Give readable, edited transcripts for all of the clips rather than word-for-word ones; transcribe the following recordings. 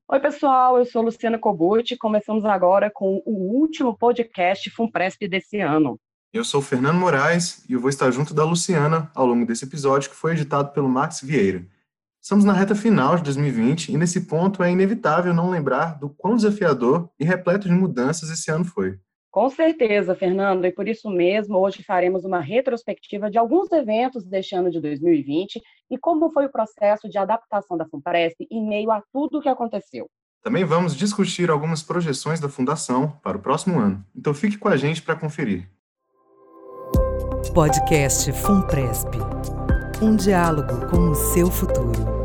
Oi, pessoal, eu sou Luciana Kobuti e começamos agora com o último podcast FUNPRESP desse ano. Eu sou o Fernando Moraes e eu vou estar junto da Luciana ao longo desse episódio que foi editado pelo Max Vieira. Estamos na reta final de 2020 e nesse ponto é inevitável não lembrar do quão desafiador e repleto de mudanças esse ano foi. Com certeza, Fernando, e por isso mesmo, hoje faremos uma retrospectiva de alguns eventos deste ano de 2020 e como foi o processo de adaptação da FUNPRESP em meio a tudo o que aconteceu. Também vamos discutir algumas projeções da Fundação para o próximo ano, então fique com a gente para conferir. Podcast FUNPRESP, um diálogo com o seu futuro.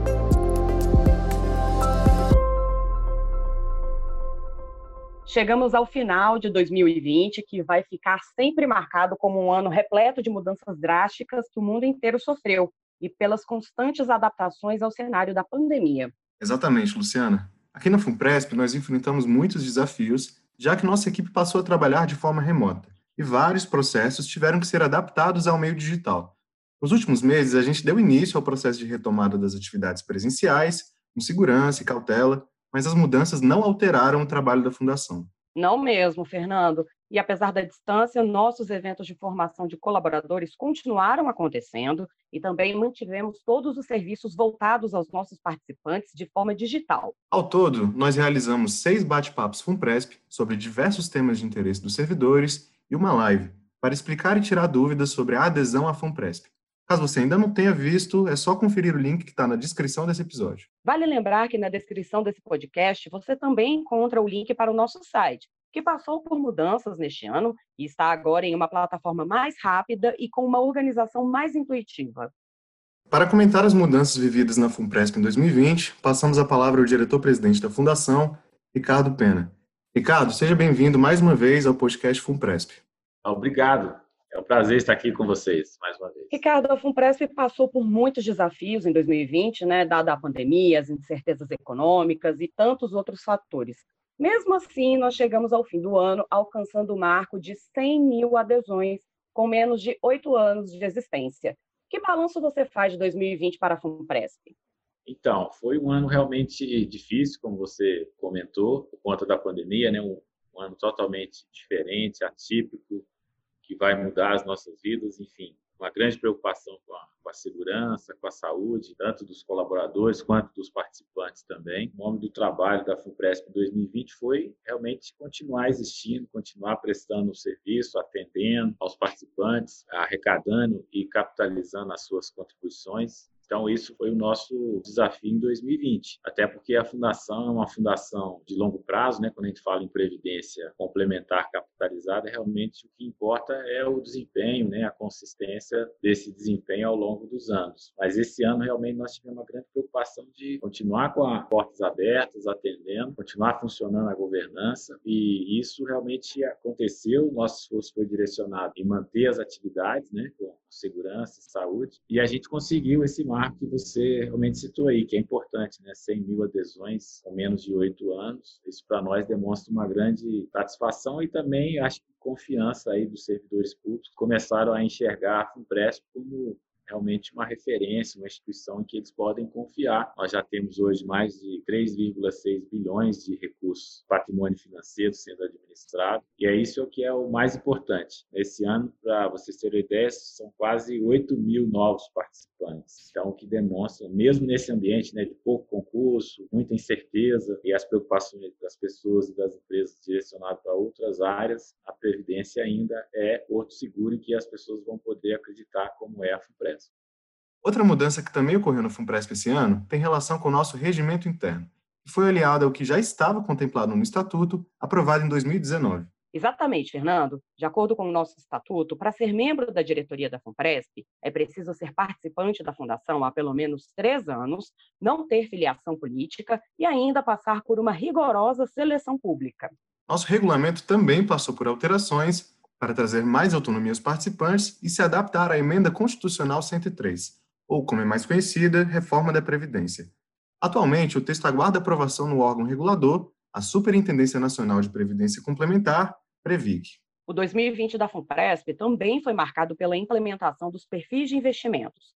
Chegamos ao final de 2020, que vai ficar sempre marcado como um ano repleto de mudanças drásticas que o mundo inteiro sofreu e pelas constantes adaptações ao cenário da pandemia. Exatamente, Luciana. Aqui na FUNPRESP nós enfrentamos muitos desafios, já que nossa equipe passou a trabalhar de forma remota e vários processos tiveram que ser adaptados ao meio digital. Nos últimos meses, a gente deu início ao processo de retomada das atividades presenciais, com segurança e cautela, mas as mudanças não alteraram o trabalho da Fundação. Não mesmo, Fernando. E apesar da distância, nossos eventos de formação de colaboradores continuaram acontecendo e também mantivemos todos os serviços voltados aos nossos participantes de forma digital. Ao todo, nós realizamos 6 bate-papos FUNPRESP sobre diversos temas de interesse dos servidores e uma live para explicar e tirar dúvidas sobre a adesão à FUNPRESP. Caso você ainda não tenha visto, é só conferir o link que está na descrição desse episódio. Vale lembrar que na descrição desse podcast você também encontra o link para o nosso site, que passou por mudanças neste ano e está agora em uma plataforma mais rápida e com uma organização mais intuitiva. Para comentar as mudanças vividas na FUNPRESP em 2020, passamos a palavra ao diretor-presidente da Fundação, Ricardo Pena. Ricardo, seja bem-vindo mais uma vez ao podcast FUNPRESP. Obrigado. É um prazer estar aqui com vocês mais uma vez. Ricardo, a FUNPRESP passou por muitos desafios em 2020, dada a pandemia, as incertezas econômicas e tantos outros fatores. Mesmo assim, nós chegamos ao fim do ano alcançando o marco de 100 mil adesões com menos de 8 anos de existência. Que balanço você faz de 2020 para a FUNPRESP? Então, foi um ano realmente difícil, como você comentou, por conta da pandemia, né? Um ano totalmente diferente, atípico, que vai mudar as nossas vidas, enfim, uma grande preocupação com a segurança, com a saúde, tanto dos colaboradores quanto dos participantes também. O nome do trabalho da FUNPRESP em 2020 foi realmente continuar existindo, continuar prestando o serviço, atendendo aos participantes, arrecadando e capitalizando as suas contribuições. Então, isso foi o nosso desafio em 2020, até porque a fundação é uma fundação de longo prazo, né? Quando a gente fala em previdência complementar capitalizada, realmente o que importa é o desempenho, né? A consistência desse desempenho ao longo dos anos. Mas esse ano, realmente, nós tivemos uma grande preocupação de continuar com as portas abertas, atendendo, continuar funcionando a governança, e isso realmente aconteceu. O nosso esforço foi direcionado em manter as atividades, né? Com segurança e saúde, e a gente conseguiu esse marco que você realmente citou aí, que é importante, né? 100 mil adesões com menos de 8 anos. Isso para nós demonstra uma grande satisfação e também, acho que, confiança aí dos servidores públicos, começaram a enxergar a FUNPRESP como realmente uma referência, uma instituição em que eles podem confiar. Nós já temos hoje mais de 3,6 bilhões de recursos, patrimônio financeiro sendo administrado, e é isso que é o mais importante. Esse ano, para vocês terem ideia, são quase 8 mil novos participantes. Então, o que demonstra, mesmo nesse ambiente, né, de pouco concurso, muita incerteza e as preocupações das pessoas e das empresas direcionadas para outras áreas, a Previdência ainda é porto seguro em que as pessoas vão poder acreditar como é a FUNPRESP. Outra mudança que também ocorreu no FUNPRESP esse ano tem relação com o nosso regimento interno, que foi aliado ao que já estava contemplado no Estatuto, aprovado em 2019. Exatamente, Fernando. De acordo com o nosso estatuto, para ser membro da diretoria da FUNPRESP, é preciso ser participante da fundação há pelo menos 3 anos, não ter filiação política e ainda passar por uma rigorosa seleção pública. Nosso regulamento também passou por alterações para trazer mais autonomia aos participantes e se adaptar à Emenda Constitucional 103, ou, como é mais conhecida, Reforma da Previdência. Atualmente, o texto aguarda aprovação no órgão regulador, a Superintendência Nacional de Previdência Complementar, Previc. O 2020 da FUNPRESP também foi marcado pela implementação dos perfis de investimentos.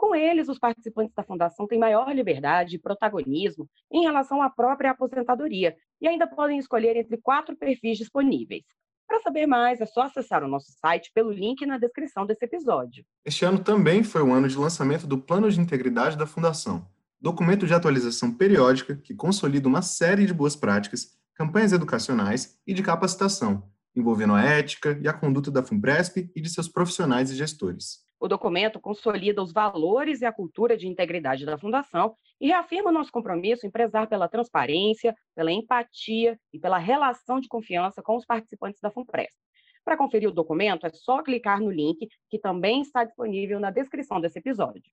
Com eles, os participantes da Fundação têm maior liberdade e protagonismo em relação à própria aposentadoria e ainda podem escolher entre 4 perfis disponíveis. Para saber mais, é só acessar o nosso site pelo link na descrição desse episódio. Este ano também foi o ano de lançamento do Plano de Integridade da Fundação, documento de atualização periódica que consolida uma série de boas práticas, campanhas educacionais e de capacitação, envolvendo a ética e a conduta da FUNPRESP e de seus profissionais e gestores. O documento consolida os valores e a cultura de integridade da Fundação e reafirma o nosso compromisso em prezar pela transparência, pela empatia e pela relação de confiança com os participantes da FUNPRESP. Para conferir o documento, é só clicar no link que também está disponível na descrição desse episódio.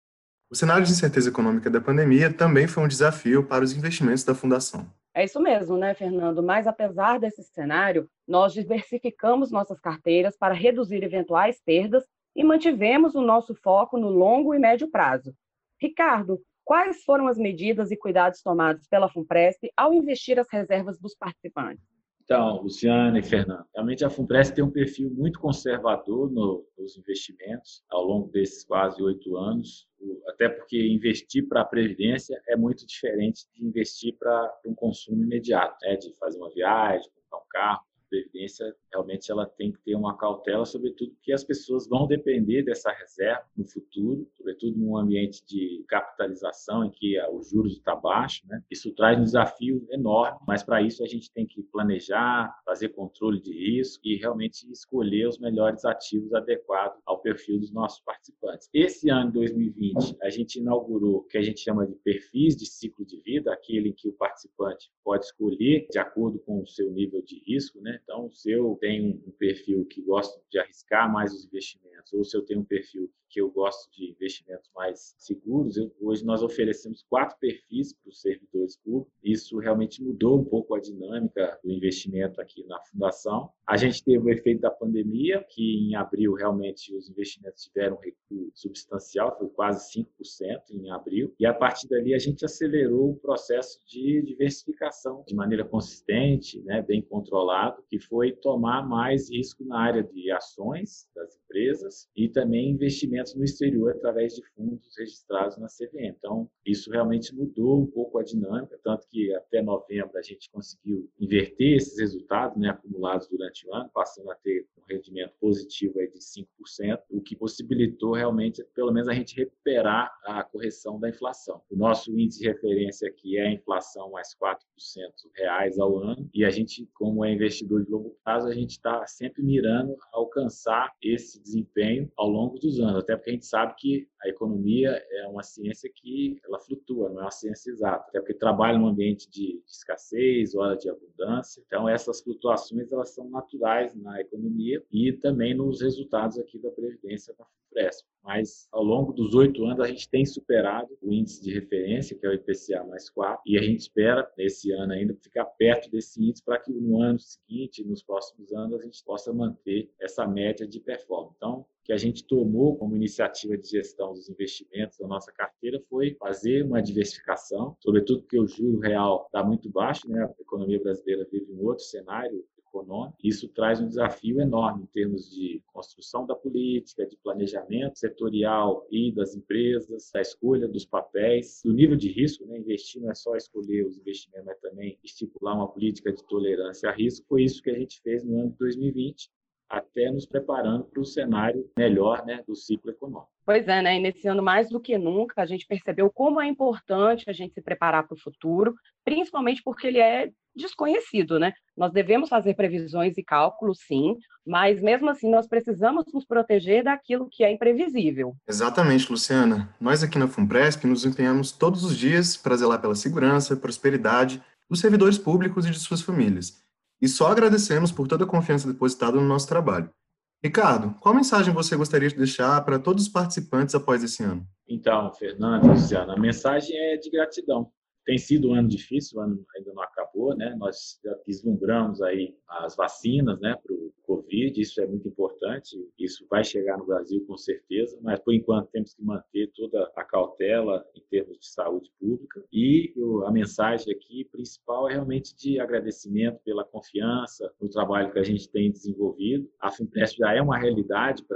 O cenário de incerteza econômica da pandemia também foi um desafio para os investimentos da Fundação. É isso mesmo, né, Fernando? Mas apesar desse cenário, nós diversificamos nossas carteiras para reduzir eventuais perdas e mantivemos o nosso foco no longo e médio prazo. Ricardo, quais foram as medidas e cuidados tomados pela FUNPRESP ao investir as reservas dos participantes? Então, Luciana e Fernando, realmente a FUNPRESP tem um perfil muito conservador nos investimentos ao longo desses quase 8 anos, até porque investir para a Previdência é muito diferente de investir para um consumo imediato, né? De fazer uma viagem, comprar um carro. Previdência, realmente, ela tem que ter uma cautela, sobretudo porque as pessoas vão depender dessa reserva no futuro, sobretudo num ambiente de capitalização em que os juros estão baixos, né? Isso traz um desafio enorme, mas para isso a gente tem que planejar, fazer controle de risco e realmente escolher os melhores ativos adequados ao perfil dos nossos participantes. Esse ano, 2020, a gente inaugurou o que a gente chama de perfis de ciclo de vida, aquele em que o participante pode escolher de acordo com o seu nível de risco, né? Então, se eu tenho um perfil que gosto de arriscar mais os investimentos, ou se eu tenho um perfil que eu gosto de investimentos mais seguros, hoje nós oferecemos 4 perfis para os servidores públicos. Isso realmente mudou um pouco a dinâmica do investimento aqui na Fundação. A gente teve o efeito da pandemia, que em abril realmente os investimentos tiveram um recuo substancial, foi quase 5% em abril, e a partir dali a gente acelerou o processo de diversificação de maneira consistente, né, bem controlado, que foi tomar mais risco na área de ações das empresas e também investimentos no exterior através de fundos registrados na CVM. Então, isso realmente mudou um pouco a dinâmica, tanto que até novembro a gente conseguiu inverter esses resultados, né, acumulados durante o ano, passando a ter um rendimento positivo aí de 5%, o que possibilitou realmente, pelo menos, a gente recuperar a correção da inflação. O nosso índice de referência aqui é a inflação mais 4% reais ao ano, e a gente, como é investidor de longo prazo, a gente está sempre mirando a alcançar esse desempenho ao longo dos anos, até porque a gente sabe que a economia é uma ciência que ela flutua, não é uma ciência exata, até porque trabalha num ambiente de escassez, hora de abundância. Então, essas flutuações elas são naturais na economia e também nos resultados aqui da Previdência da FUNPRESP. Mas, ao longo dos 8 anos, a gente tem superado o índice de referência, que é o IPCA mais 4, e a gente espera, nesse ano ainda, ficar perto desse índice para que no ano seguinte, nos próximos anos, a gente possa manter essa média de performance. Então, o que a gente tomou como iniciativa de gestão dos investimentos da nossa carteira foi fazer uma diversificação, sobretudo porque o juro real está muito baixo, né? A economia brasileira vive um outro cenário econômico. Isso traz um desafio enorme em termos de construção da política, de planejamento setorial e das empresas, da escolha dos papéis, do nível de risco, né? Investir não é só escolher os investimentos, mas também estipular uma política de tolerância a risco. Foi isso que a gente fez no ano de 2020, até nos preparando para o cenário melhor, né, do ciclo econômico. Pois é, né? E nesse ano, mais do que nunca, a gente percebeu como é importante a gente se preparar para o futuro, principalmente porque ele é desconhecido, né? Nós devemos fazer previsões e cálculos, sim, mas mesmo assim nós precisamos nos proteger daquilo que é imprevisível. Exatamente, Luciana. Nós aqui na FUNPRESP nos empenhamos todos os dias para zelar pela segurança, prosperidade dos servidores públicos e de suas famílias. E só agradecemos por toda a confiança depositada no nosso trabalho. Ricardo, qual mensagem você gostaria de deixar para todos os participantes após esse ano? Então, Fernando, Luciana, a mensagem é de gratidão. Tem sido um ano difícil, o ano ainda não acabou, né? Nós já vislumbramos aí as vacinas, né, para o Covid, isso é muito importante, isso vai chegar no Brasil com certeza, mas por enquanto temos que manter toda a cautela em termos de saúde pública e a mensagem aqui principal é realmente de agradecimento pela confiança no trabalho que a gente tem desenvolvido. A FUNPRESP já é uma realidade para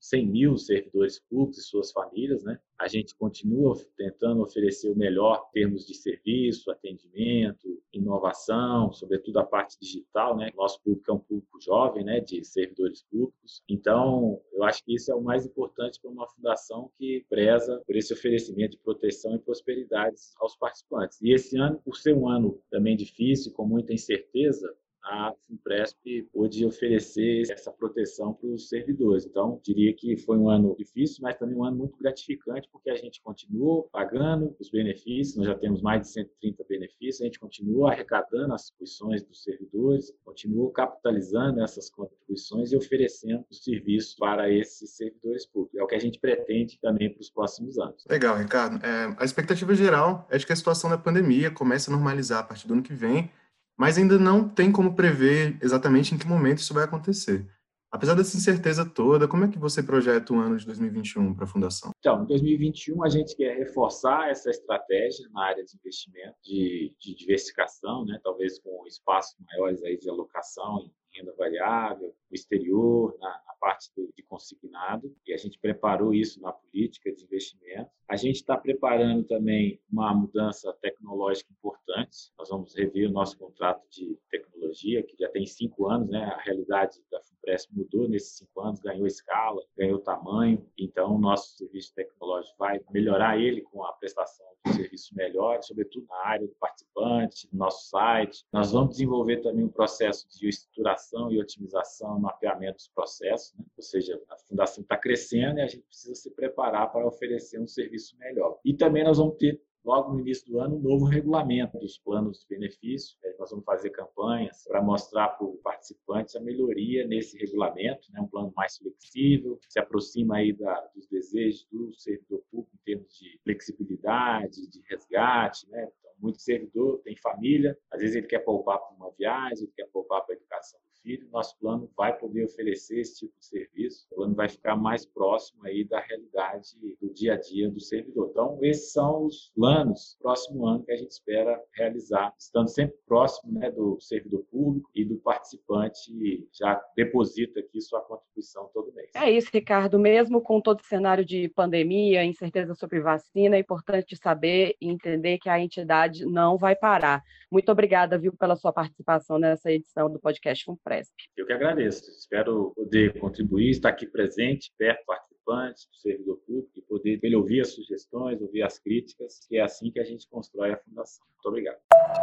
100 mil servidores públicos e suas famílias, né? A gente continua tentando oferecer o melhor em termos de serviço, atendimento, inovação, sobretudo a parte digital, né? Nosso público é um público jovem, né, de servidores públicos. Então, eu acho que isso é o mais importante para uma fundação que preza por esse oferecimento de proteção e prosperidade aos participantes. E esse ano, por ser um ano também difícil, com muita incerteza, a Funpresp pôde oferecer essa proteção para os servidores. Então, diria que foi um ano difícil, mas também um ano muito gratificante, porque a gente continuou pagando os benefícios, nós já temos mais de 130 benefícios, a gente continua arrecadando as contribuições dos servidores, continuou capitalizando essas contribuições e oferecendo os serviços para esses servidores públicos. É o que a gente pretende também para os próximos anos. Legal, Ricardo. A expectativa geral é de que a situação da pandemia comece a normalizar a partir do ano que vem, mas ainda não tem como prever exatamente em que momento isso vai acontecer. Apesar dessa incerteza toda, como é que você projeta o ano de 2021 para a Fundação? Então, em 2021, a gente quer reforçar essa estratégia na área de investimento, de diversificação, né? Talvez com espaços maiores aí de alocação em renda variável, no exterior, na parte de consignado, e a gente preparou isso na política de investimento. A gente está preparando também uma mudança tecnológica importante. Nós vamos rever o nosso contrato de tecnologia, que já tem 5 anos, né? A realidade da Funpresp mudou nesses 5 anos, ganhou escala, ganhou tamanho, então o nosso serviço tecnológico vai melhorar ele com a prestação de serviços melhores, sobretudo na área do participante, no nosso site. Nós vamos desenvolver também um processo de estruturação e otimização, mapeamento dos processos, né? Ou seja, a Fundação está crescendo e a gente precisa se preparar para oferecer um serviço melhor. E também nós vamos ter, logo no início do ano, um novo regulamento dos planos de benefício. Nós vamos fazer campanhas para mostrar para o participante a melhoria nesse regulamento, né? Um plano mais flexível, se aproxima aí dos desejos do servidor público em termos de flexibilidade, de resgate, né? Então, muito servidor tem família, às vezes ele quer poupar para uma viagem, ele quer poupar para a educação do filho. Nosso plano vai poder oferecer esse tipo de serviço. O plano vai ficar mais próximo aí da realidade do dia a dia do servidor. Então, esses são os planos próximo ano que a gente espera realizar, estando sempre próximo, né, do servidor público e do participante já deposita aqui sua contribuição todo mês. É isso, Ricardo. Mesmo com todo o cenário de pandemia, incerteza sobre vacina, é importante saber e entender que a entidade não vai parar. Muito obrigada, viu, pela sua participação nessa edição do podcast Funpresp. Eu que agradeço. Espero poder contribuir, estar aqui presente, perto do participante, do servidor público, e poder ele ouvir as sugestões, ouvir as críticas, que é assim que a gente constrói a Fundação. Muito obrigado.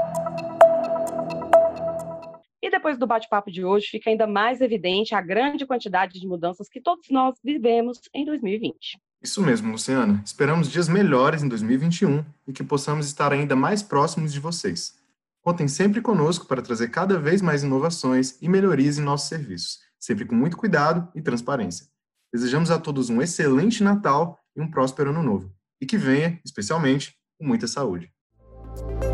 E depois do bate-papo de hoje, fica ainda mais evidente a grande quantidade de mudanças que todos nós vivemos em 2020. Isso mesmo, Luciana. Esperamos dias melhores em 2021 e que possamos estar ainda mais próximos de vocês. Contem sempre conosco para trazer cada vez mais inovações e melhorias em nossos serviços, sempre com muito cuidado e transparência. Desejamos a todos um excelente Natal e um próspero Ano Novo. E que venha, especialmente, com muita saúde.